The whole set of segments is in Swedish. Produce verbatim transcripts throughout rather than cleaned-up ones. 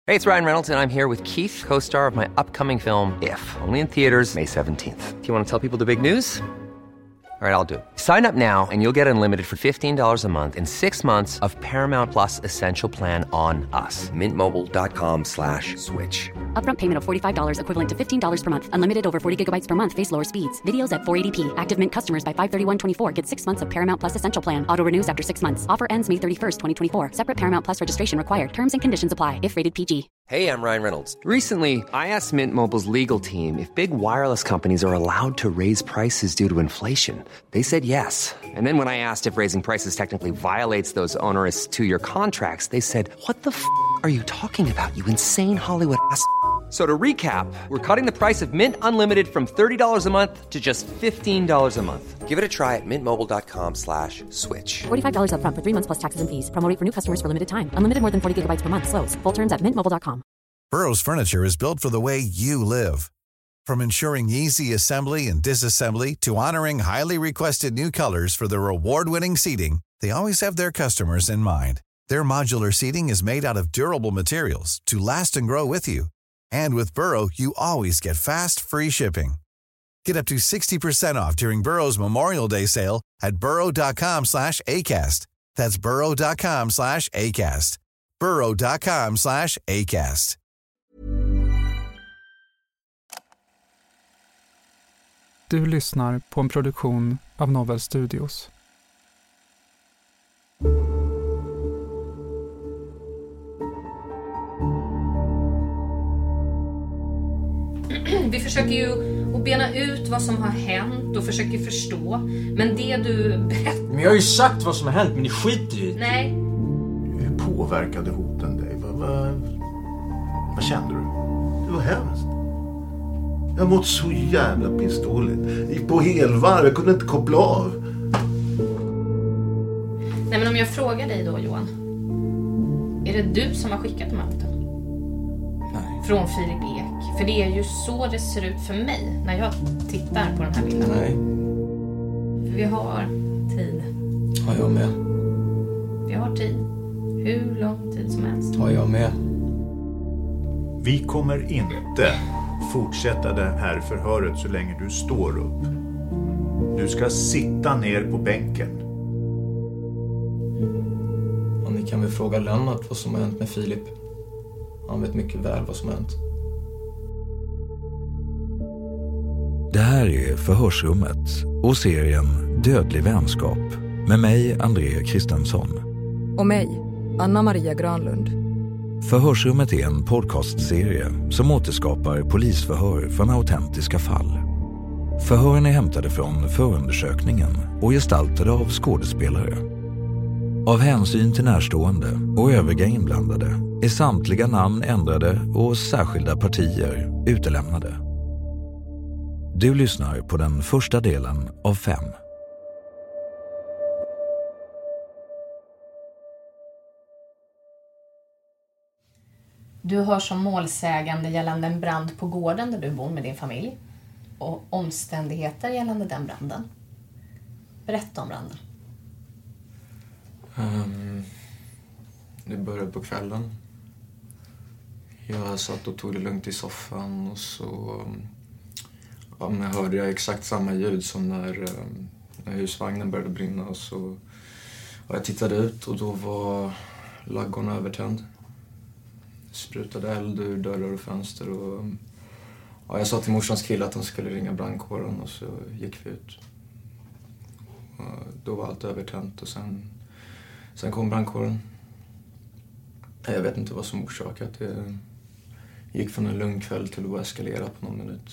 Hey, it's Ryan Reynolds, and I'm here with Keith, co-star of my upcoming film, If, only in theaters May seventeenth. Do you want to tell people the big news? All right, I'll do it. Sign up now and you'll get unlimited for fifteen dollars a month and six months of Paramount Plus Essential Plan on us. Mint Mobile dot com slash switch. Upfront payment of forty-five dollars equivalent to fifteen dollars per month. Unlimited over forty gigabytes per month. Face lower speeds. Videos at four eighty p. Active Mint customers by five thirty-one twenty-four get six months of Paramount Plus Essential Plan. Auto renews after six months. Offer ends May thirty-first, twenty twenty-four. Separate Paramount Plus registration required. Terms and conditions apply if rated P G. Hey, I'm Ryan Reynolds. Recently, I asked Mint Mobile's legal team if big wireless companies are allowed to raise prices due to inflation. They said yes. And then when I asked if raising prices technically violates those onerous two-year contracts, they said, what the f*** are you talking about, you insane Hollywood ass f- So to recap, we're cutting the price of Mint Unlimited from thirty dollars a month to just fifteen dollars a month. Give it a try at mintmobile.com slash switch. forty-five dollars upfront for three months plus taxes and fees. Promo rate for new customers for limited time. Unlimited more than forty gigabytes per month. Slows full terms at mint mobile dot com. Burrow's furniture is built for the way you live. From ensuring easy assembly and disassembly to honoring highly requested new colors for their award-winning seating, they always have their customers in mind. Their modular seating is made out of durable materials to last and grow with you. And with Burrow, you always get fast, free shipping. Get up to sixty percent off during Burrow's Memorial Day sale at burrow.com slash ACAST. That's burrow.com slash ACAST. burrow.com slash ACAST. Du lyssnar på en produktion av Novel Studios. Vi försöker ju att bena ut vad som har hänt och försöker förstå. Men det du berättar... Men jag har ju sagt vad som har hänt, men ni skiter i det. Nej. Hur påverkade hoten dig? Vad, vad, vad kände du? Det var hemskt. Jag har mått så jävla pissdåligt. Gick på helvarv, jag kunde inte koppla av. Nej, men om jag frågar dig då, Johan. Är det du som har skickat de här hoten? Nej. Från Filip Ek. För det är ju så det ser ut för mig när jag tittar på den här bilden. Nej. För vi har tid. Har jag med. Vi har tid. Hur lång tid som helst. Har jag med. Vi kommer inte fortsätta det här förhöret så länge du står upp. Du ska sitta ner på bänken. Och ni kan väl fråga Lennart vad som har hänt med Filip. Han vet mycket väl vad som har hänt. Det här är Förhörsrummet och serien Dödlig vänskap med mig, André Kristensson. Och mig, Anna Maria Granlund. Förhörsrummet är en podcastserie som återskapar polisförhör från autentiska fall. Förhören är hämtade från förundersökningen och gestaltade av skådespelare. Av hänsyn till närstående och övriga inblandade är samtliga namn ändrade och särskilda partier utelämnade. Du lyssnar på den första delen av fem. Du har som målsägande gällande en brand på gården där du bor med din familj. Och omständigheter gällande den branden. Berätta om branden. Um, det började på kvällen. Jag satt och tog det lugnt i soffan och så ja, men hörde jag exakt samma ljud som när, när husvagnen började brinna. Och så, och jag tittade ut och då var laggorna övertänd. Sprutade eld ur dörrar och fönster. Och, ja, jag sa till morsans kille att de skulle ringa brandkåren och så gick vi ut. Och då var allt övertänt och sen... Sen kom brandkåren. Jag vet inte vad som orsakat det. Gick från en lugn kväll till att eskalera på någon minut.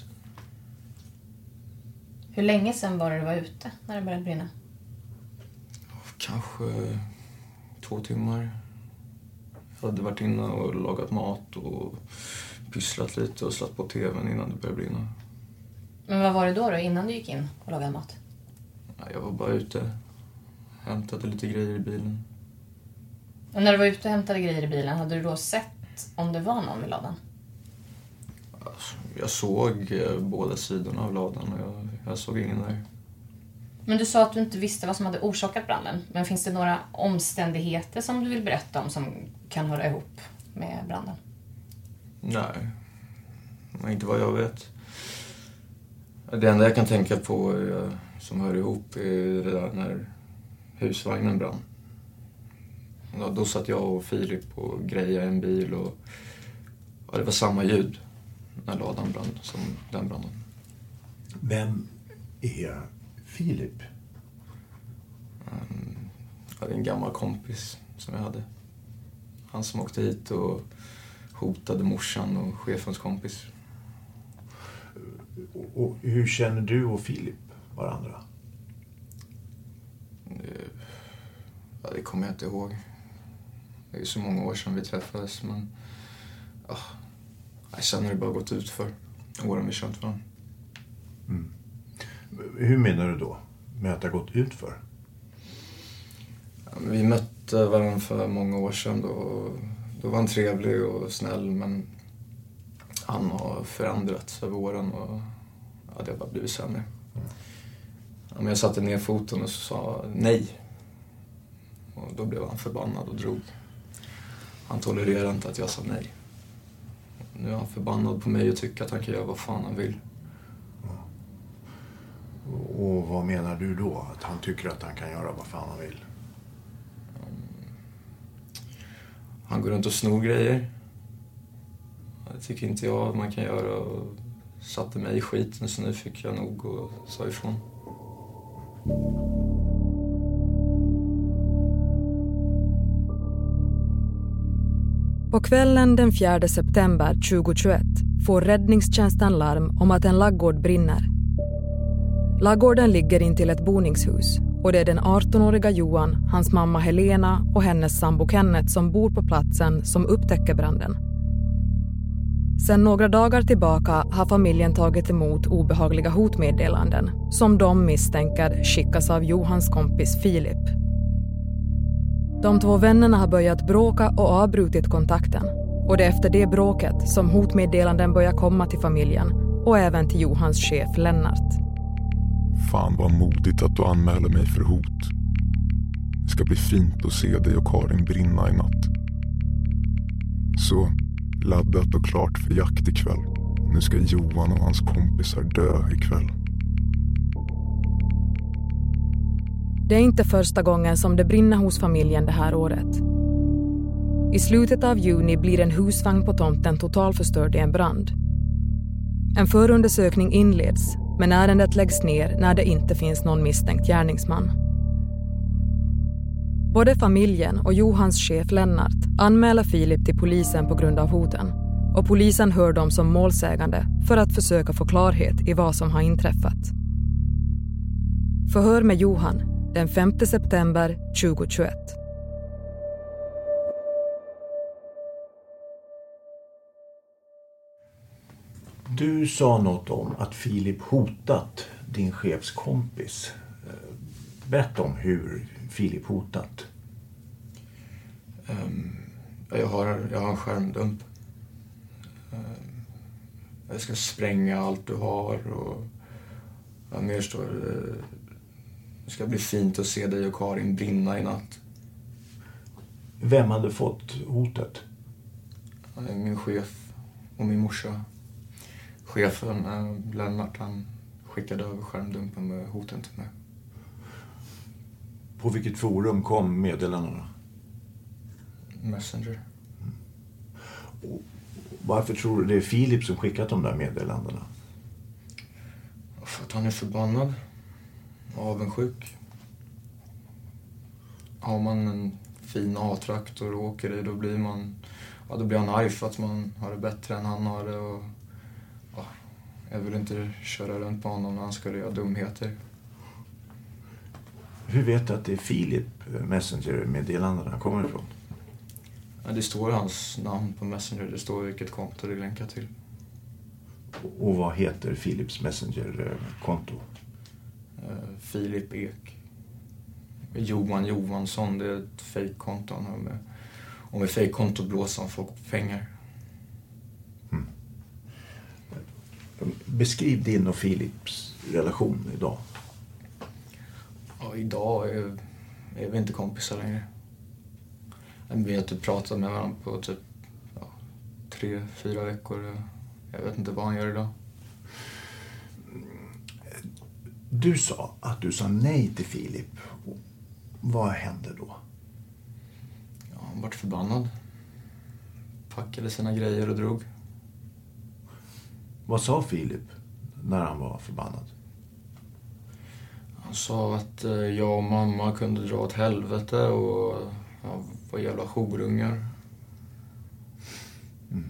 Hur länge sedan var det du var ute när det började brinna? Kanske två timmar. Jag hade varit inne och lagat mat och pysslat lite och slått på tvn innan det började brinna. Men vad var det då då innan du gick in och lagade mat? Jag var bara ute. Hämtade lite grejer i bilen. Och när du var ute och hämtade grejer i bilen, hade du då sett om det var någon vid ladan? Alltså, jag såg eh, båda sidorna av ladan och jag, jag såg ingen där. Men du sa att du inte visste vad som hade orsakat branden. Men finns det några omständigheter som du vill berätta om som kan höra ihop med branden? Nej, inte vad jag vet. Det enda jag kan tänka på är, som hör ihop är det där när husvagnen brann. Ja, då satt jag och Filip och grejade en bil och ja, det var samma ljud när ladan brann som den branden. Vem är Filip? Um, ja, det är en gammal kompis som jag hade. Han som åkte hit och hotade morsan och chefens kompis. Och hur känner du och Filip varandra? Det, ja, det kommer jag inte ihåg. Det är så många år sedan vi träffades, men ja, jag känner det bara gått ut för åren vi känt varandra. Mm. Hur menar du då med att det har gått ut för? Ja, vi mötte varandra för många år sedan. Då, då var han trevlig och snäll, men han har förändrats över åren och ja, det har bara blivit sämre. Mm. Ja, men jag satte ner foten och sa nej. Och då blev han förbannad och drog. Han tolererade inte att jag sa nej. Nu är han förbannad på mig och tycker att han kan göra vad fan han vill. Mm. Och vad menar du då? Att han tycker att han kan göra vad fan han vill? Mm. Han går runt och snor grejer. Det tycker inte jag att man kan göra. Och satte mig i skiten, så nu fick jag nog och sa ifrån. På kvällen den fjärde september tjugohundratjugoett får räddningstjänsten larm om att en laggård brinner. Laggården ligger intill ett boningshus och det är den artonåriga Johan, hans mamma Helena och hennes sambo Kenneth som bor på platsen som upptäcker branden. Sedan några dagar tillbaka har familjen tagit emot obehagliga hotmeddelanden som de misstänker skickas av Johans kompis Filip. De två vännerna har börjat bråka och avbrutit kontakten. Och det är efter det bråket som hotmeddelanden börjar komma till familjen och även till Johans chef Lennart. Fan vad modigt att du anmäler mig för hot. Det ska bli fint att se dig och Karin brinna i natt. Så, laddat och klart för jakt ikväll. Nu ska Johan och hans kompisar dö ikväll. Det är inte första gången som det brinner hos familjen det här året. I slutet av juni blir en husvagn på tomten totalförstörd i en brand. En förundersökning inleds, men ärendet läggs ner när det inte finns någon misstänkt gärningsman. Både familjen och Johans chef Lennart anmäler Filip till polisen på grund av hoten. Och polisen hör dem som målsägande för att försöka få klarhet i vad som har inträffat. Förhör med Johan den femte september tjugohundratjugoett. Du sa något om att Filip hotat din chefskompis. Berätta om hur Filip hotat. Um, jag, har, jag har en skärmdump. Um, jag ska spränga allt du har. Och ja, mer står det. Det ska bli fint att se dig och Karin brinna i natt. Vem hade fått hotet? Min chef och min morsa. Chefen, Lennart, han skickade över skärmdumpen med hoten till mig. På vilket forum kom meddelandena? Messenger. Mm. Och varför tror du det är Filip som skickat de där meddelandena? För att han är förbannad. Avundsjuk. Har man en fin A-traktor och åker i, då blir man ja, då blir han arg för att man har det bättre än han har det. Och, ja, jag vill inte köra runt på honom när han ska göra dumheter. Hur vet du att det är Filip Messenger-meddelandena kommer ifrån? Ja, det står hans namn på Messenger. Det står vilket konto det länkar till. Och vad heter Filips Messenger-konto? Uh, Filip Ek. Johan Johansson, det är ett fejkkonto han har med. Och med fejkkonto blåser han folk på pengar. Mm. Beskriv din och Filips relation idag. Ja, idag är, är vi inte kompisar längre. Vi har inte pratat med varandra på typ ja, tre, fyra veckor. Jag vet inte vad han gör idag. Du sa att du sa nej till Filip. Vad hände då? Ja, han var förbannad. Packade sina grejer och drog. Vad sa Filip när han var förbannad? Han sa att jag och mamma kunde dra åt helvete och ja, var jävla horungar. Mm.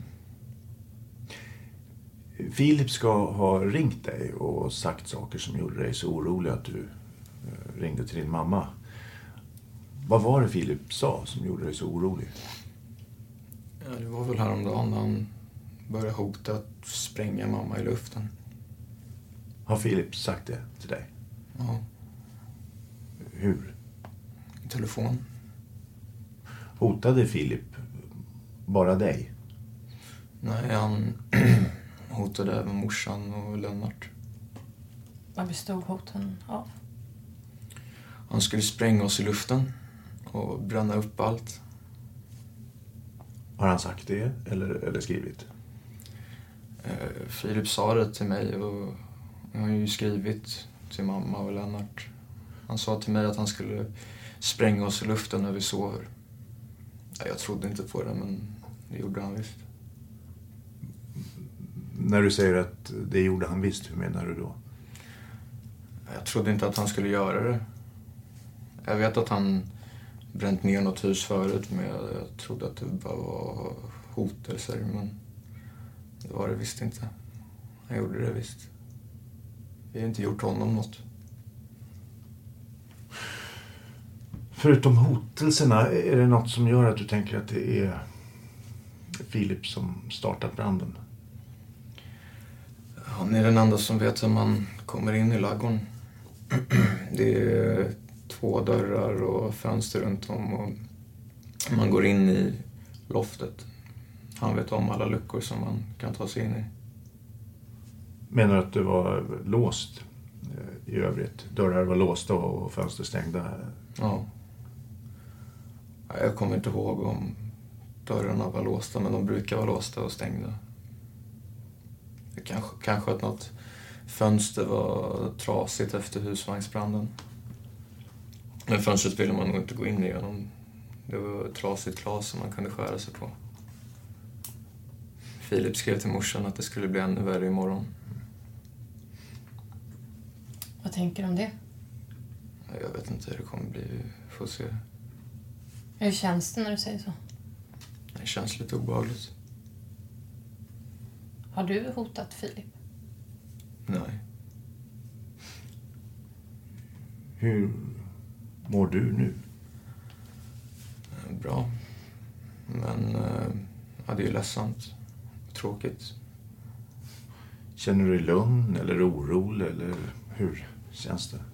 Filip ska ha ringt dig och sagt saker som gjorde dig så orolig att du ringde till din mamma. Vad var det Filip sa som gjorde dig så orolig? Ja, det var väl häromdagen när han började hota att spränga mamma i luften. Har Filip sagt det till dig? Ja. Hur? I telefon. Hotade Filip bara dig? Nej, han hotade även morsan och Lennart. Vad bestod hoten av? Han skulle spränga oss i luften och bränna upp allt. Har han sagt det eller, eller skrivit? Eh, Filip sa det till mig och jag har ju skrivit till mamma och Lennart. Han sa till mig att han skulle spränga oss i luften när vi sover. Jag trodde inte på det, men det gjorde han visst. När du säger att det gjorde han visst, hur menar du då? Jag trodde inte att han skulle göra det. Jag vet att han bränt ner något hus förut, men jag, jag trodde att det bara var hotelser, men det var det visst inte. Han gjorde det visst. Vi har inte gjort honom något. Förutom hotelserna, är det något som gör att du tänker att det är Filip som startat branden? Han är den enda som vet hur man kommer in i ladugården. Det är två dörrar och fönster runt om och man går in i loftet. Han vet om alla luckor som man kan ta sig in i. Menar du att det var låst i övrigt? Dörrar var låsta och fönster stängda? Ja. Jag kommer inte ihåg om dörrarna var låsta, men de brukar vara låsta och stängda. Det kanske, kanske att något fönster var trasigt efter husvagnsbranden. Men fönstret ville man nog inte gå in igenom. Det var trasigt glas som man kunde skära sig på. Filip skrev till morsan att det skulle bli ännu värre imorgon. Vad tänker du om det? Jag vet inte hur det kommer bli. Vi får se. Hur känns det när du säger så? Det känns lite obehagligt. Har du hotat Filip? Nej. Hur mår du nu? Bra. Men ja, det är ledsamt. Tråkigt. Känner du dig lugn eller orolig eller hur känns det?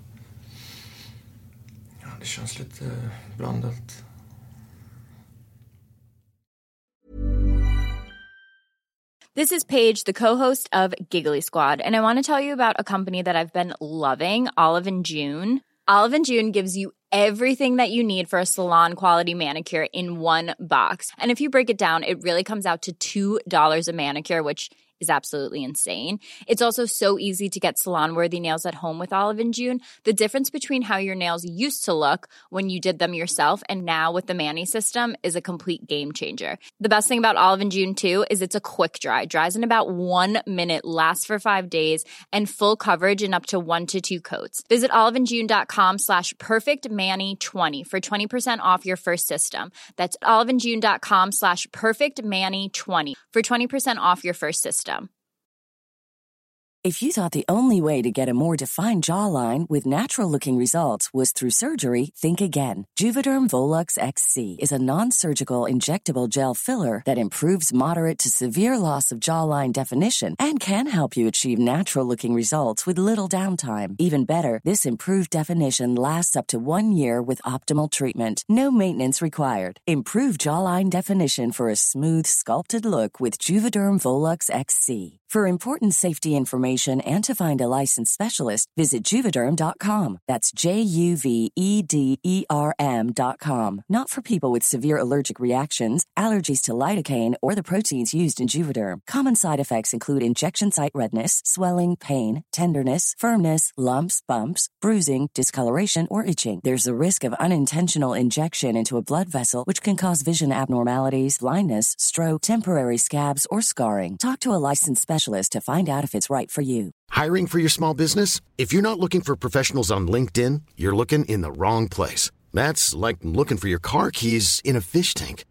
Ja, det känns lite blandat. This is Paige, the co-host of Giggly Squad, and I want to tell you about a company that I've been loving, Olive and June. Olive and June gives you everything that you need for a salon-quality manicure in one box. And if you break it down, it really comes out to two dollars a manicure, which is absolutely insane. It's also so easy to get salon-worthy nails at home with Olive and June. The difference between how your nails used to look when you did them yourself and now with the Mani system is a complete game changer. The best thing about Olive and June, too, is it's a quick dry. Dries in about one minute, lasts for five days, and full coverage in up to one to two coats. Visit oliveandjune.com slash perfectmani20 for twenty percent off your first system. That's oliveandjune.com slash perfectmani20 for twenty percent off your first system. If you thought the only way to get a more defined jawline with natural-looking results was through surgery, think again. Juvederm Volux X C is a non-surgical injectable gel filler that improves moderate to severe loss of jawline definition and can help you achieve natural-looking results with little downtime. Even better, this improved definition lasts up to one year with optimal treatment. No maintenance required. Improve jawline definition for a smooth, sculpted look with Juvederm Volux X C. For important safety information information and to find a licensed specialist, visit Juvederm dot com. That's J U V E D E R M dot com. Not for people with severe allergic reactions, allergies to lidocaine, or the proteins used in Juvederm. Common side effects include injection site redness, swelling, pain, tenderness, firmness, lumps, bumps, bruising, discoloration, or itching. There's a risk of unintentional injection into a blood vessel, which can cause vision abnormalities, blindness, stroke, temporary scabs, or scarring. Talk to a licensed specialist to find out if it's right for you. Hiring for your small business? If you're not looking for professionals on LinkedIn, you're looking in the wrong place. That's like looking for your car keys in a fish tank.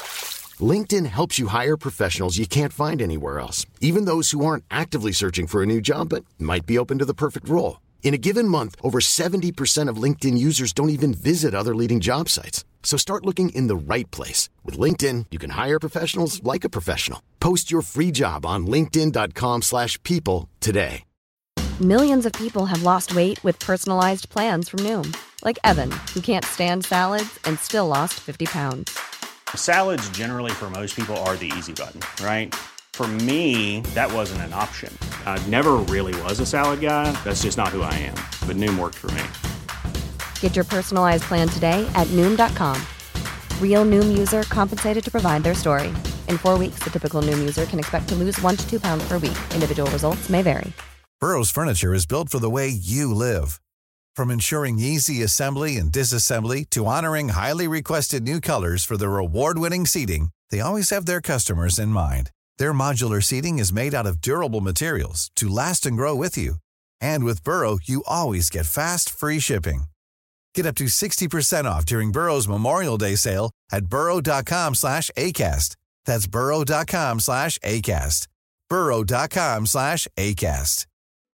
LinkedIn helps you hire professionals you can't find anywhere else, even those who aren't actively searching for a new job but might be open to the perfect role. In a given month, over seventy percent of LinkedIn users don't even visit other leading job sites. So start looking in the right place. With LinkedIn, you can hire professionals like a professional. Post your free job on linkedin dot com slash people today. Millions of people have lost weight with personalized plans from Noom. Like Evan, who can't stand salads and still lost fifty pounds. Salads generally for most people are the easy button, right? For me, that wasn't an option. I never really was a salad guy. That's just not who I am. But Noom worked for me. Get your personalized plan today at Noom dot com. Real Noom user compensated to provide their story. In four weeks, the typical Noom user can expect to lose one to two pounds per week. Individual results may vary. Burrow's furniture is built for the way you live. From ensuring easy assembly and disassembly to honoring highly requested new colors for their award-winning seating, they always have their customers in mind. Their modular seating is made out of durable materials to last and grow with you. And with Burrow, you always get fast, free shipping. Get up to sixty percent off during Burrow's Memorial Day sale at burrow dot com slash ACAST. That's burrow dot com slash ACAST. burrow dot com slash ACAST.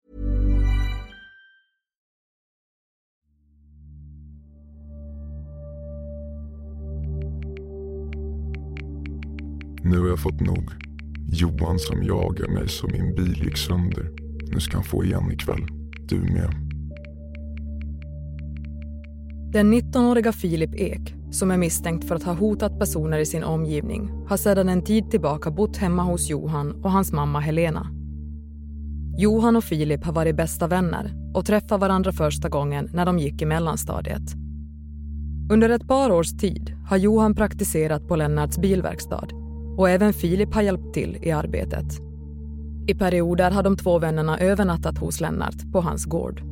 Nu har jag fått nog. Johan som jagar mig så min bil gick sönder. Nu ska han få igen ikväll. Du med. Den nittonåriga Filip Ek, som är misstänkt för att ha hotat personer i sin omgivning, har sedan en tid tillbaka bott hemma hos Johan och hans mamma Helena. Johan och Filip har varit bästa vänner och träffade varandra första gången när de gick i mellanstadiet. Under ett par års tid har Johan praktiserat på Lennarts bilverkstad och även Filip har hjälpt till i arbetet. I perioder har de två vännerna övernattat hos Lennart på hans gård.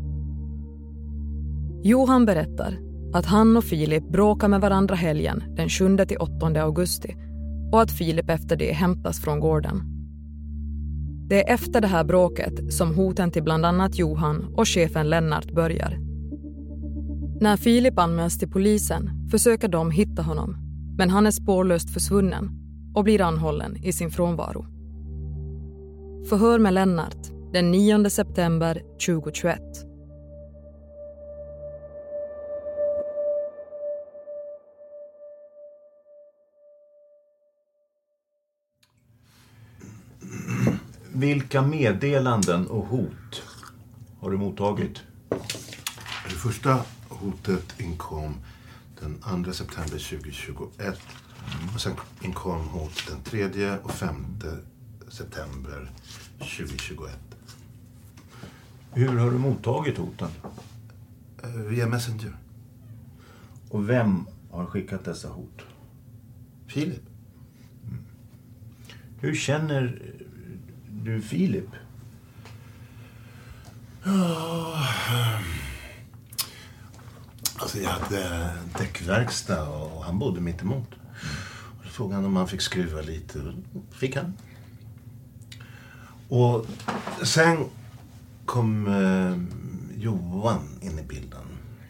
Johan berättar att han och Filip bråkar med varandra helgen den sjunde till åttonde augusti och att Filip efter det hämtas från gården. Det är efter det här bråket som hoten till bland annat Johan och chefen Lennart börjar. När Filip anmäls till polisen försöker de hitta honom, men han är spårlöst försvunnen och blir anhållen i sin frånvaro. Förhör med Lennart den nionde september tjugohundratjugoett. Vilka meddelanden och hot har du mottagit? Det första hotet inkom den andra september tjugohundratjugoett. Och sen inkom hot den tredje och femte september tjugohundratjugoett. Hur har du mottagit hoten? Via Messenger. Och vem har skickat dessa hot? Filip. Mm. Hur känner du Filip? Ja, alltså jag hade däckverkstad och han bodde mitt emot. Och då frågade han om han fick skruva lite. Fick han. Och sen kom eh, Johan in i bilden.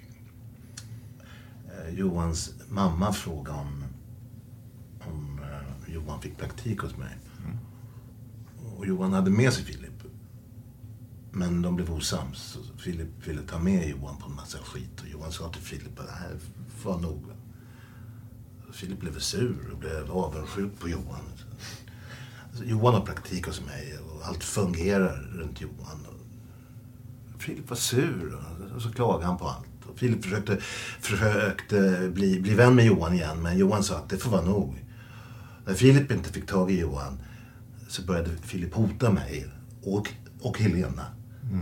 Eh, Johans mamma frågade om, om eh, Johan fick praktik hos mig. Mm. Och Johan hade med sig Filip. Men de blev osams. Så Filip ville ta med Johan på en massa skit. Och Johan sa till Filip att det här var nog. Filip blev sur och blev avundsjuk på Johan. Alltså, Johan har praktik hos mig och allt fungerar runt Johan. Och Filip var sur och så klagade han på allt. Och Filip försökte, försökte bli, bli vän med Johan igen, men Johan sa att det får vara nog. När Filip inte fick tag i Johan så började Filip hota mig och, och Helena. Mm.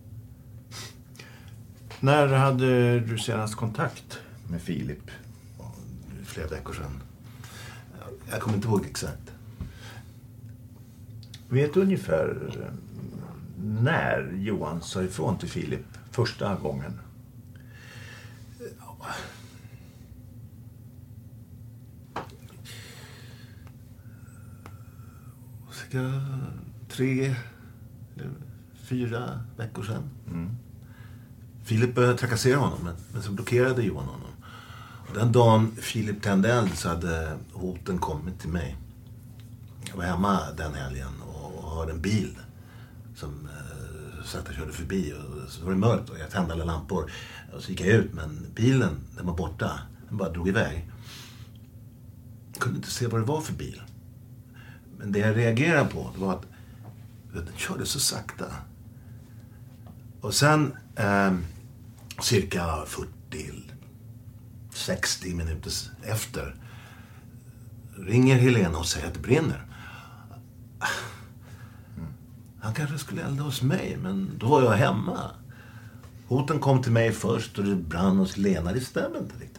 När hade du senast kontakt med Filip? Flera veckor sedan. Jag kommer inte ihåg exakt. Vet du ungefär när Johan sa ifrån till Filip första gången? Cirka tre, fyra veckor sedan. Mm. Filip började trakassera honom, men, men så blockerade Johan honom. Och den dagen Filip tände eld så hade hoten kommit till mig. Jag var hemma den helgen och hörde en bil som eh, sakta körde förbi. Och så var det mörkt och jag tände alla lampor. Och så gick jag ut, men bilen, den var borta. Den bara drog iväg. Jag kunde inte se vad det var för bil. Men det jag reagerade på, det var att den körde så sakta. Och sen eh, cirka fyrtio sextio minuter efter ringer Helena och säger att det brinner. Han kanske skulle elda hos mig, men då var jag hemma. Hoten kom till mig först och det brann hos Helena. Det stämmer inte riktigt.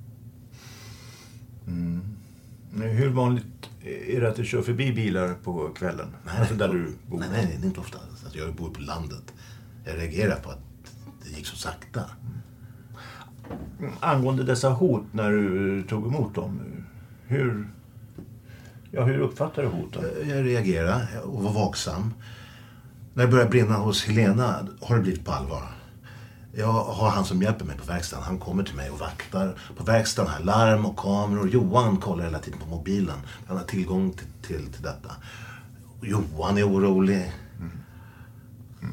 Mm. Hur vanligt är det att du kör förbi bilar på kvällen? Nej, alltså nej, där du bor? Nej, nej, det är inte ofta. Alltså, jag bor på landet. Jag reagerar på att det gick så sakta. Angående dessa hot när du tog emot dem, hur, ja, hur uppfattar du hoten? Jag reagerade och var vaksam. När det började brinna hos Helena har det blivit på allvar. Jag har han som hjälper mig på verkstaden. Han kommer till mig och vaktar. På verkstaden har larm och kameror. Johan kollar hela tiden på mobilen. Han har tillgång till, till, till detta. Och Johan är orolig. Mm. Mm.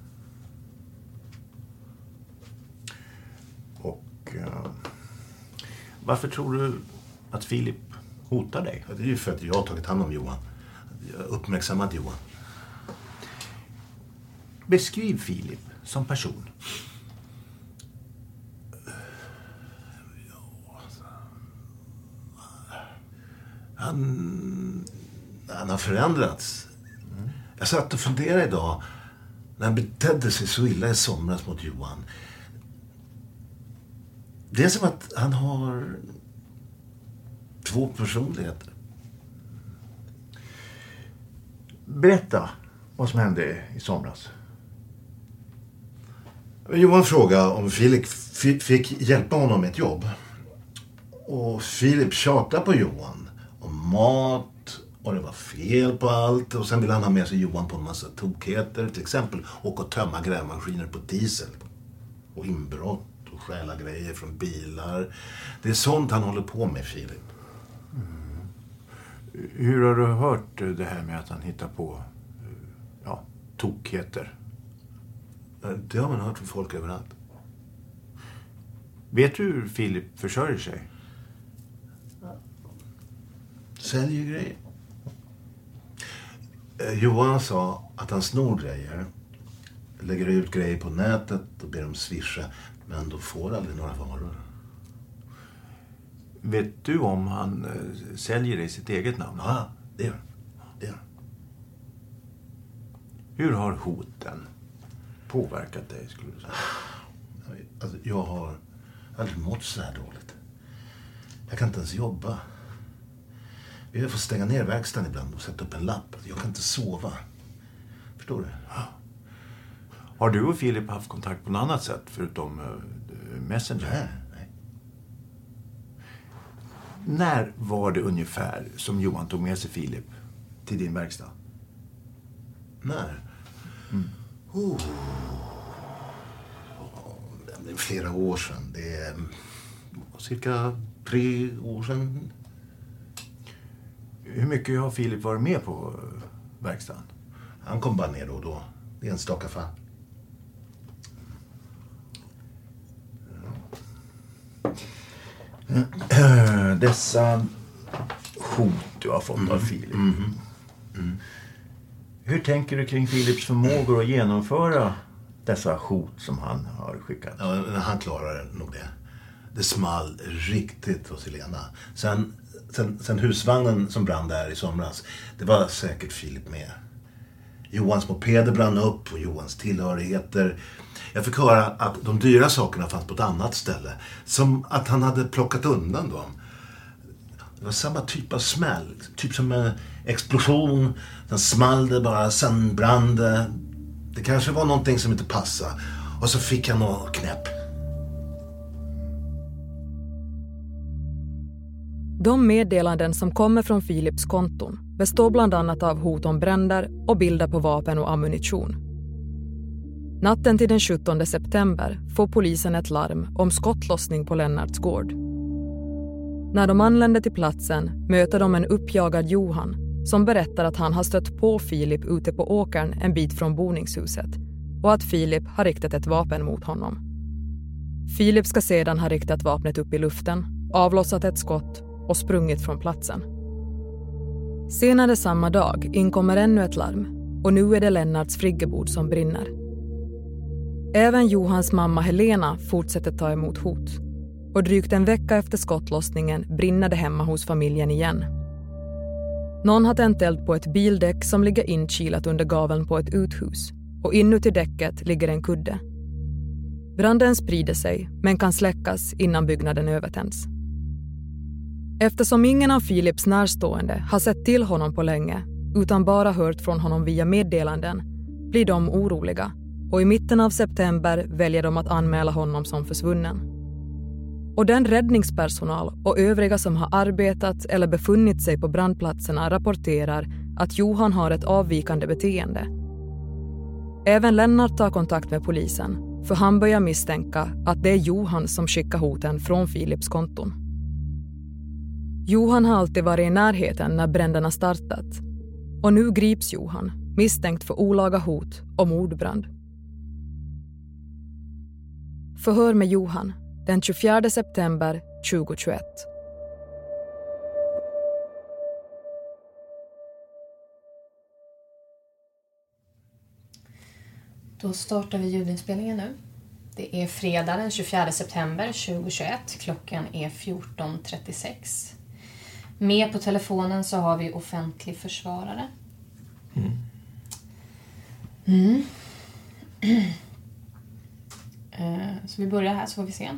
Och uh, varför tror du att Filip hotar dig? Ja, det är ju för att jag har tagit hand om Johan. Jag har uppmärksammat Johan. Beskriv Filip som person. Han, han har förändrats. Mm. Jag satt och funderade idag när han betedde sig så illa i somras mot Johan. Det är som att han har två personligheter. Berätta vad som hände i somras. Johan frågade om Filip fick hjälpa honom med ett jobb. Och Filip tjatade på Johan om mat och det var fel på allt. Och sen ville han ha med sig Johan på en massa tokheter. Till exempel åka och tömma grävmaskiner på diesel. Och inbrott och stjäla grejer från bilar. Det är sånt han håller på med, Filip. Mm. Hur har du hört det här med att han hittar på ja, tokheter? Det har man hört från folk överallt. Vet du hur Filip försörjer sig? Säljer grejer. Eh, Johan sa att han snor grejer. Lägger ut grejer på nätet och ber dem swisha. Men då får aldrig några varor. Vet du om han eh, säljer i sitt eget namn? Ja, det gör det gör. Hur har hoten påverkat dig, skulle du säga? Alltså, jag har aldrig mått så här dåligt. Jag kan inte ens jobba. Jag får stänga ner verkstaden ibland och sätta upp en lapp. Jag kan inte sova. Förstår du? Har du och Filip haft kontakt på något annat sätt förutom uh, Messenger? Nej, nej. När var det ungefär som Johan tog med sig Filip till din verkstad? När? Mm. Oh. Det är flera år sedan. Det är cirka tre år sedan. Hur mycket har Filip varit med på verkstaden? Han kom bara ner då och då. Det är en staka fall. Mm. Dessa hot du har fått mm. av Filip. Mm. Mm. Hur tänker du kring Filips förmågor att genomföra dessa hot som han har skickat? Ja, han klarar nog det. Det small riktigt hos Helena. Sen, sen, sen husvagnen som brann där i somras, det var säkert Filip med. Johans mopeder brann upp och Johans tillhörigheter. Jag fick höra att de dyra sakerna fanns på ett annat ställe. Som att han hade plockat undan dem. Det var samma typ av smäll. Typ som en explosion. Sen small det bara, sen brann det. Det kanske var någonting som inte passade. Och så fick han någon knäpp. De meddelanden som kommer från Philips konton består bland annat av hot om bränder och bilder på vapen och ammunition. Natten till den sjuttonde september får polisen ett larm om skottlossning på Lennarts gård. När de anländer till platsen möter de en uppjagad Johan som berättar att han har stött på Filip ute på åkern en bit från boningshuset och att Filip har riktat ett vapen mot honom. Filip ska sedan ha riktat vapnet upp i luften, avlossat ett skott och sprungit från platsen. Senare samma dag inkommer ännu ett larm och nu är det Lennarts friggebod som brinner. Även Johans mamma Helena fortsätter ta emot hot och drygt en vecka efter skottlossningen brinner det hemma hos familjen igen. Någon har tänt eld på ett bildäck som ligger inkilat under gaveln på ett uthus och inuti däcket ligger en kudde. Branden sprider sig men kan släckas innan byggnaden övertänds. Eftersom ingen av Philips närstående har sett till honom på länge utan bara hört från honom via meddelanden blir de oroliga och i mitten av september väljer de att anmäla honom som försvunnen. Och den räddningspersonal och övriga som har arbetat eller befunnit sig på brandplatserna rapporterar att Johan har ett avvikande beteende. Även Lennart tar kontakt med polisen för han börjar misstänka att det är Johan som skickar hoten från Philips konton. Johan har alltid varit i närheten när bränderna startat och nu grips Johan misstänkt för olaga hot och mordbrand. Förhör med Johan den tjugofjärde september tjugohundratjugoett. Då startar vi ljudinspelningen nu. Det är fredag den tjugofjärde september tjugohundratjugoett. Klockan är fjorton trettiosex. Med på telefonen så har vi offentlig försvarare. Mm. Mm. Så vi börjar här så får vi se.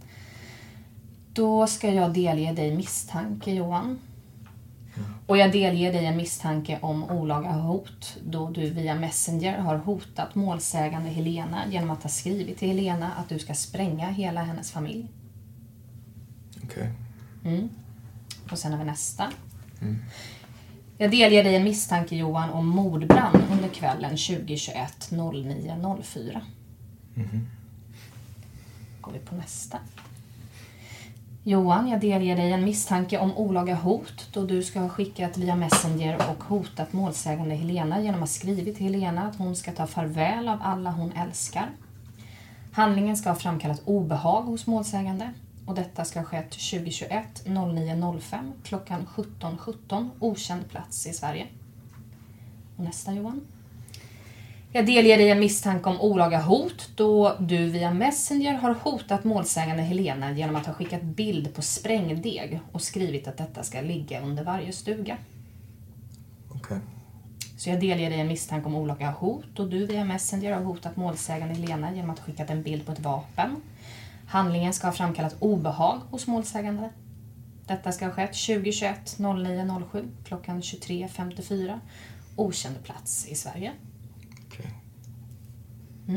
Då ska jag delge dig misstanke, Johan. Mm. Och jag delger dig en misstanke om olaga hot då du via Messenger har hotat målsägande Helena genom att ha skrivit till Helena att du ska spränga hela hennes familj. Okej. Okay. Mm. Och sen har vi nästa. Mm. Jag delger dig en misstanke, Johan, om mordbrand under kvällen tjugohundratjugoett nio noll fyra. Mm. Går vi på nästa. Johan, jag delger dig en misstanke om olaga hot då du ska ha skickat via Messenger och hotat målsägande Helena genom att skrivit till Helena att hon ska ta farväl av alla hon älskar. Handlingen ska ha framkallat obehag hos målsägande. Och detta ska ha skett tjugohundratjugoett nio noll fem klockan sjutton sjutton, okänd plats i Sverige. Och nästa, Johan. Jag delger dig en misstanke om olaga hot då du via Messenger har hotat målsägande Helena genom att ha skickat bild på sprängdeg och skrivit att detta ska ligga under varje stuga. Okej. Okay. Så jag delger dig en misstanke om olaga hot och du via Messenger har hotat målsägande Helena genom att ha skickat en bild på ett vapen. Handlingen ska ha framkallat obehag hos målsägande. Detta ska ha skett tjugohundratjugoett nio noll sju klockan tjugotre femtiofyra. Okänd plats i Sverige. Okej. Mm.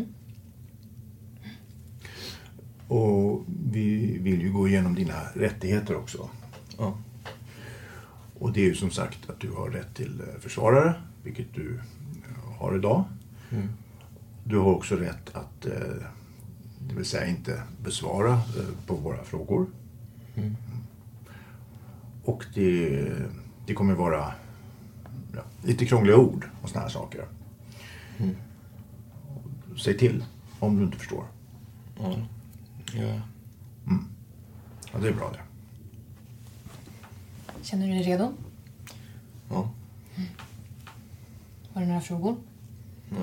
Och vi vill ju gå igenom dina rättigheter också. Ja. Och det är ju som sagt att du har rätt till försvarare, vilket du har idag. Mm. Du har också rätt att, det vill säga inte besvara på våra frågor. Mm. Och det, det kommer vara ja, lite krångliga ord och såna här saker. Mm. Säg till om du inte förstår. Ja. Ja. Mm. Ja, det är bra det. Känner du dig redo? Ja. Mm. Har du några frågor? Nej.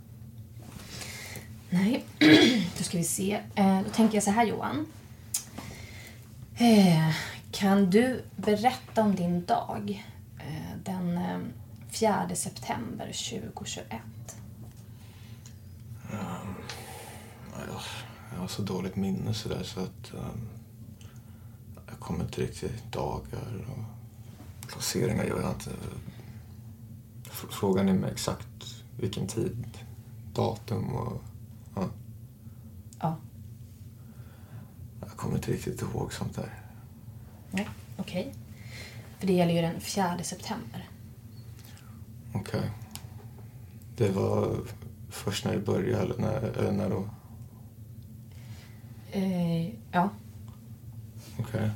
Nej, då ska vi se. Då tänker jag så här, Johan. Kan du berätta om din dag den fjärde september tjugohundratjugoett? Um, jag, jag har så dåligt minne så där så att um, jag kommer inte riktigt dagar och placeringar gör jag inte. Frågan är med exakt vilken tid, datum och ja. Ja. Jag kommer inte riktigt ihåg sånt där. Nej, okej. Okay. För det gäller ju den fjärde september. Okej. Okay. Det var först när jag började eller när, eller när då? Eh, ja. Okej. Okay.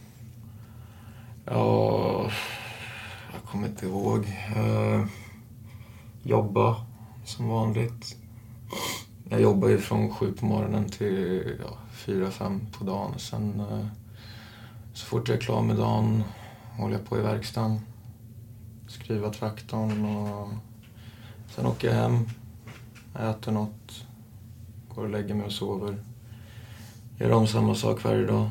Ja, jag kommer inte ihåg. Uh, jobba som vanligt. Jag jobbar ju från sju på morgonen till ja, fyra, fem på dagen. Sen uh, så fort jag är klar med dagen håller jag på i verkstaden. Skriva traktorn och sen åker jag hem. Äter något. Går och lägger mig och sover. Gör om samma sak varje dag.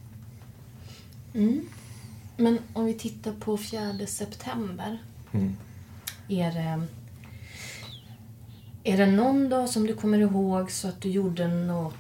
Mm. Men om vi tittar på fjärde september. Mm. Är det, är det någon dag som du kommer ihåg så att du gjorde något,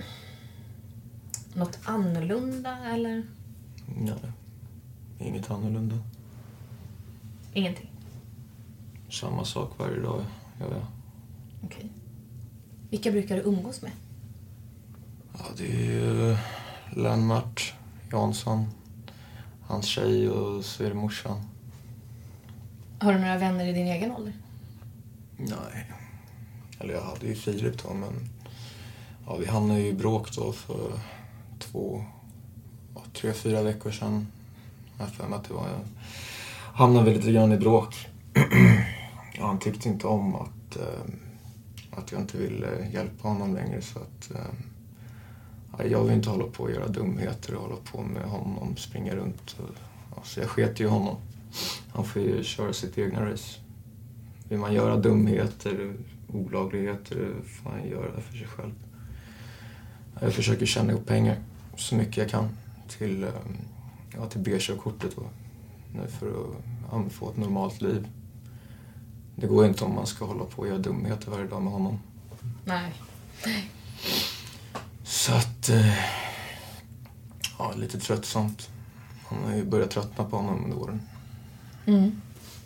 något annorlunda eller? Nej, inget annorlunda. Ingenting? Samma sak varje dag gör jag. Okej. Okay. Vilka brukar du umgås med? Ja, det är ju Lennart Jansson, hans tjej och så är det morsan. Har du några vänner i din egen ålder? Nej. Eller jag hade ju Filip då, men ja, vi hamnade ju i bråk då för två, ja, tre, fyra veckor sedan. Jag för mig att det var, jag hamnade väl lite grann i bråk. Ja, han tyckte inte om att, eh, att jag inte ville hjälpa honom längre så att eh, ja, jag vill inte hålla på och göra dumheter och hålla på med honom, springa runt. Och, ja, så jag sket ju honom. Han får ju köra sitt egna race. Vill man göra dumheter, olagligheter, får man göra det för sig själv. Jag försöker tjäna ihop pengar så mycket jag kan till, ja, till B-körkortet då. Nu för att ja, få ett normalt liv. Det går inte om man ska hålla på och göra dumheter varje dag med honom. Nej. Så att, ja, lite tröttsamt. Han har ju börjat tröttna på honom under åren. Mm.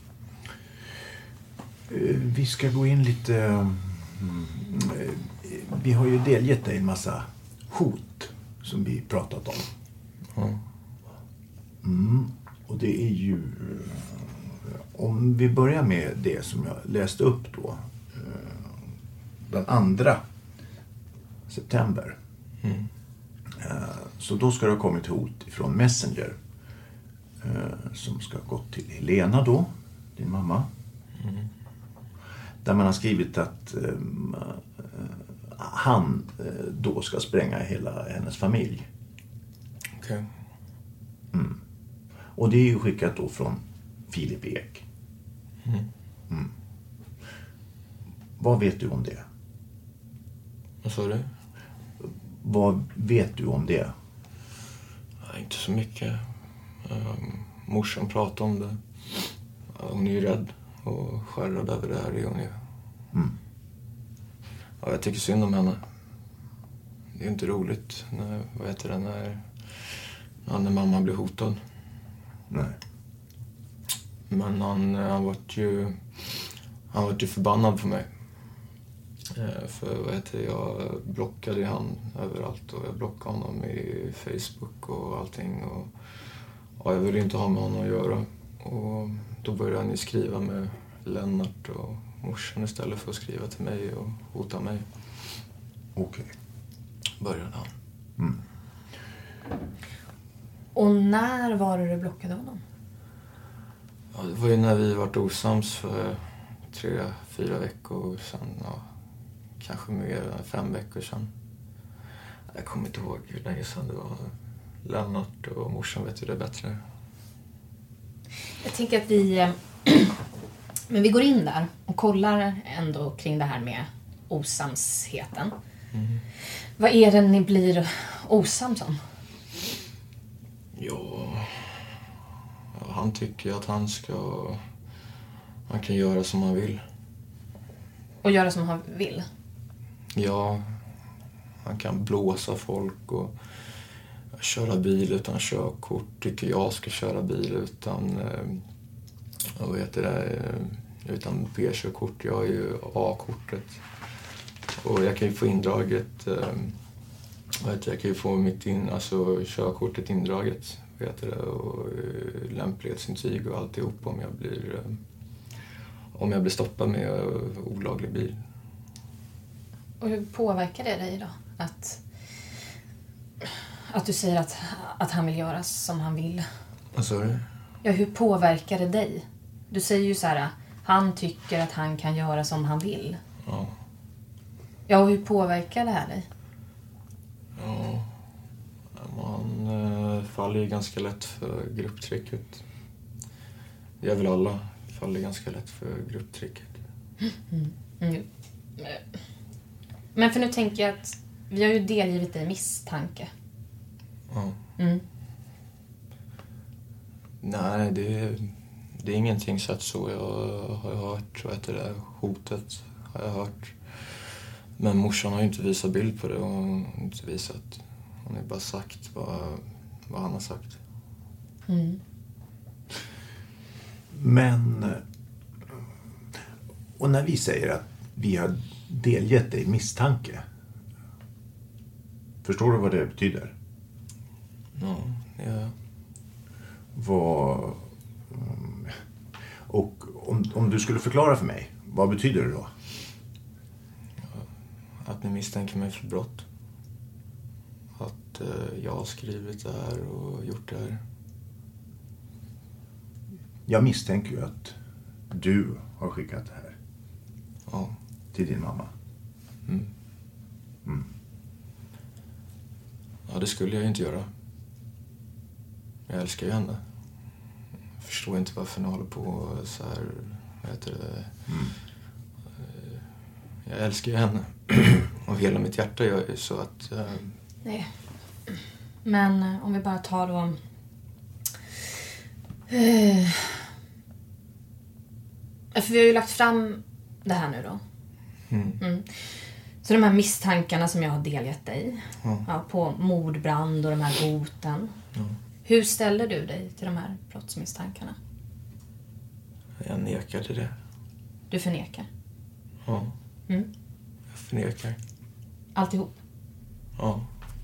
Vi ska gå in lite... Mm, vi har ju delgett dig en massa hot som vi pratat om. Mm. Mm, och det är ju... Om vi börjar med det som jag läste upp då. Den andra september. Mm. Så då ska det ha kommit hot ifrån Messenger. Som ska ha gått till Helena då, din mamma. Mm. Där man har skrivit att um, han uh, då ska spränga hela hennes familj. Okej. Okay. Mm. Och det är ju skickat då från Filip Ek. Mm. Mm. Vad vet du om det? Vad sa du? Vad vet du om det? Ja, inte så mycket. Um, morsan pratade om det. Hon är ju rädd och skärrad över det här. Är hon ju. Mm. Ja, jag tycker synd om henne. Det är ju inte roligt när, vad heter det, när, när mamma blir hotad. Nej. Men han, han var ju han var ju förbannad på mig. Eh, för vad heter det, jag blockade han överallt och jag blockade honom i Facebook och allting. Och, och jag ville inte ha med honom att göra. Och då började han ju skriva med Lennart och morsan istället för att skriva till mig och hota mig. Okej. Okay. Började han. Mm. Och när var det du blockade honom? Ja, det var ju när vi varit osams för tre, fyra veckor sedan. Ja, kanske mer än fem veckor sedan. Jag kommer inte ihåg hur länge sedan det var. Lennart och morsan vet ju det bättre. Jag tänker att vi... Men vi går in där och kollar ändå kring det här med osamsheten. Mm. Vad är det ni blir osams om? Ja, han tycker att han ska Han kan göra som han vill. Och göra som han vill? Ja, han kan blåsa folk och köra bil utan körkort. Tycker jag ska köra bil utan, eh, vad heter det, utan B-körkort. Jag har ju A-kortet. Och jag kan ju få indraget, eh, vad heter det, jag kan ju få mitt in, alltså körkortet indraget. Vad heter det, och eh, lämplighetsintyg och alltihop om jag blir, eh, om jag blir stoppad med eh, olaglig bil. Och hur påverkar det dig då? Att, att du säger att, att han vill göra som han vill. Vad sa du? Ja, hur påverkar det dig? Du säger ju så här, han tycker att han kan göra som han vill. Ja. Ja, och hur påverkar det här dig? Ja, man äh, faller ju ganska lätt för grupptrycket. Jag vill alla faller ganska lätt för grupptrycket. Mm. Mm. Men för nu tänker jag att vi har ju delgivit dig misstanke. Ja. Mm. Nej, det är, det är ingenting så att så jag har hört, vad heter det, hotet har jag hört. Men morsan har ju inte visat bild på det och inte visat. Han har bara sagt vad, vad han har sagt. Mm. Men, och när vi säger att vi har delgett dig misstanke, förstår du vad det betyder? Ja, ja. Vad, och om, om du skulle förklara för mig, vad betyder det då? Att ni misstänker mig för brott. Att eh, jag har skrivit det här och gjort det här. Jag misstänker ju att du har skickat det här. Ja. Till din mamma. Mm. Mm. Ja, det skulle jag ju inte göra. Jag älskar ju henne. Jag förstår inte varför ni håller på så här, vad heter det? Mm. Jag älskar ju henne. Och hela mitt hjärta gör ju så att... Uh... Nej. Men uh, om vi bara tar då... Uh... För vi har ju lagt fram det här nu då. Mm. Mm. Så de här misstankarna som jag har delgett dig. Ja. Ja, på mordbrand och de här hoten. Ja. Hur ställer du dig till de här brottsmisstankarna? Jag nekar till det. Du förnekar? Ja. Mm. Jag förnekar. Alltihop? Ja.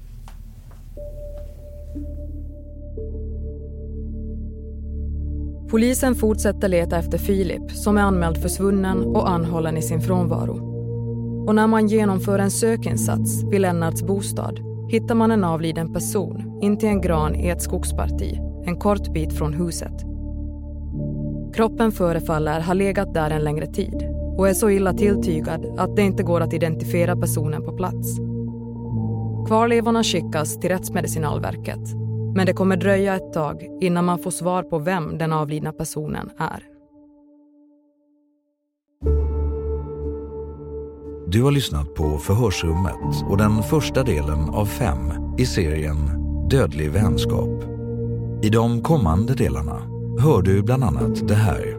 Polisen fortsätter leta efter Filip som är anmäld försvunnen och anhållen i sin frånvaro. Och när man genomför en sökinsats vid Lennarts bostad hittar man en avliden person in till en gran i ett skogsparti, en kort bit från huset. Kroppen förefaller ha legat där en längre tid och är så illa tilltygad att det inte går att identifiera personen på plats. Kvarlevorna skickas till Rättsmedicinalverket, men det kommer dröja ett tag innan man får svar på vem den avlidna personen är. Du har lyssnat på Förhörsrummet och den första delen av fem i serien Dödlig vänskap. I de kommande delarna hör du bland annat det här.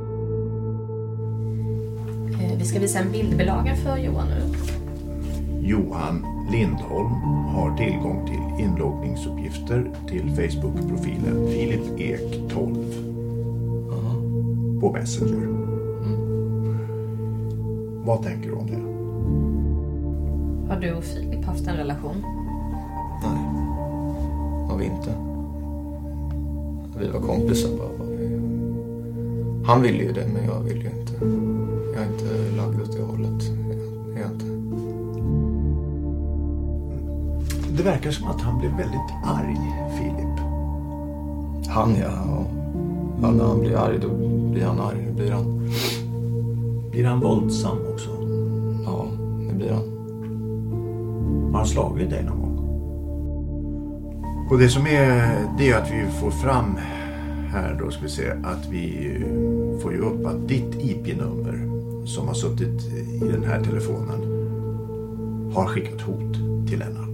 Vi ska visa en bildbilaga för Johan nu. Johan Lindholm har tillgång till inloggningsuppgifter till Facebook-profilen Filip Ek tolv på Messenger. Mm. Vad tänker du om det? Har du och Filip haft en relation? Nej, har vi inte. Vi var kompisar bara. Han ville ju det, men jag vill ju inte. Jag är inte lagd åt det hållet. Jag är inte. Det verkar som att han blev väldigt arg, Filip. Han, ja. Ja, när han blir arg, då blir han arg. Blir han. Blir han våldsam också? Ja, det blir han. Har han slagit dig någon gång? Och det som är, det är att vi får fram här då, ska vi se, att vi får ju upp att ditt I P-nummer som har suttit i den här telefonen har skickat hot till Lennart.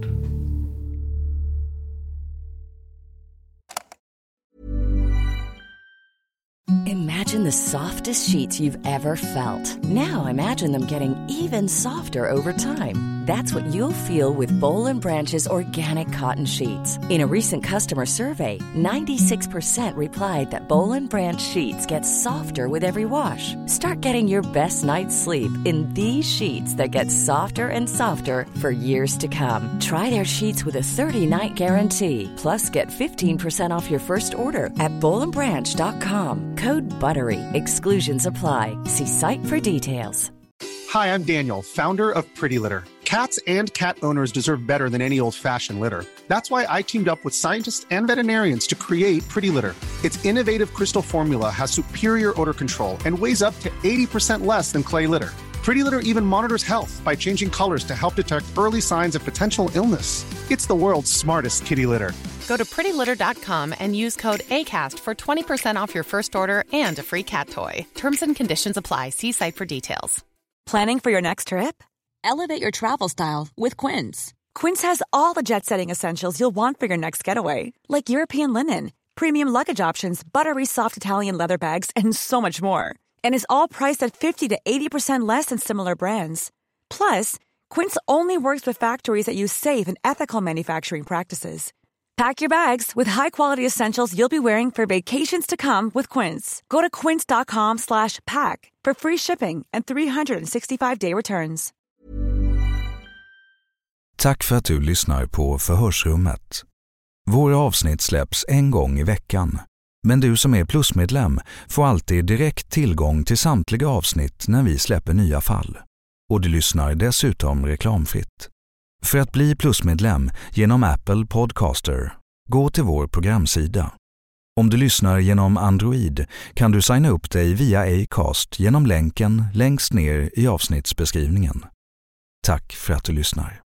Imagine the softest sheets you've ever felt. Now imagine them getting even softer over time. That's what you'll feel with Boll and Branch's organic cotton sheets. In a recent customer survey, ninety-six percent replied that Boll and Branch sheets get softer with every wash. Start getting your best night's sleep in these sheets that get softer and softer for years to come. Try their sheets with a thirty-night guarantee. Plus, get fifteen percent off your first order at boll and branch dot com. Code BUTTERY. Exclusions apply. See site for details. Hi, I'm Daniel, founder of Pretty Litter. Cats and cat owners deserve better than any old-fashioned litter. That's why I teamed up with scientists and veterinarians to create Pretty Litter. Its innovative crystal formula has superior odor control and weighs up to eighty percent less than clay litter. Pretty Litter even monitors health by changing colors to help detect early signs of potential illness. It's the world's smartest kitty litter. Go to pretty litter dot com and use code ACAST for twenty percent off your first order and a free cat toy. Terms and conditions apply. See site for details. Planning for your next trip? Elevate your travel style with Quince. Quince has all the jet-setting essentials you'll want for your next getaway, like European linen, premium luggage options, buttery soft Italian leather bags, and so much more. And is all priced at fifty to eighty percent less than similar brands. Plus, Quince only works with factories that use safe and ethical manufacturing practices. Pack your bags with high-quality essentials you'll be wearing for vacations to come with Quince. Go to quince dot com slash pack for free shipping and three sixty-five day returns. Tack för att du lyssnar på Förhörsrummet. Våra avsnitt släpps en gång i veckan. Men du som är plusmedlem får alltid direkt tillgång till samtliga avsnitt när vi släpper nya fall. Och du lyssnar dessutom reklamfritt. För att bli plusmedlem genom Apple Podcaster, gå till vår programsida. Om du lyssnar genom Android kan du signa upp dig via Acast genom länken längst ner i avsnittsbeskrivningen. Tack för att du lyssnar.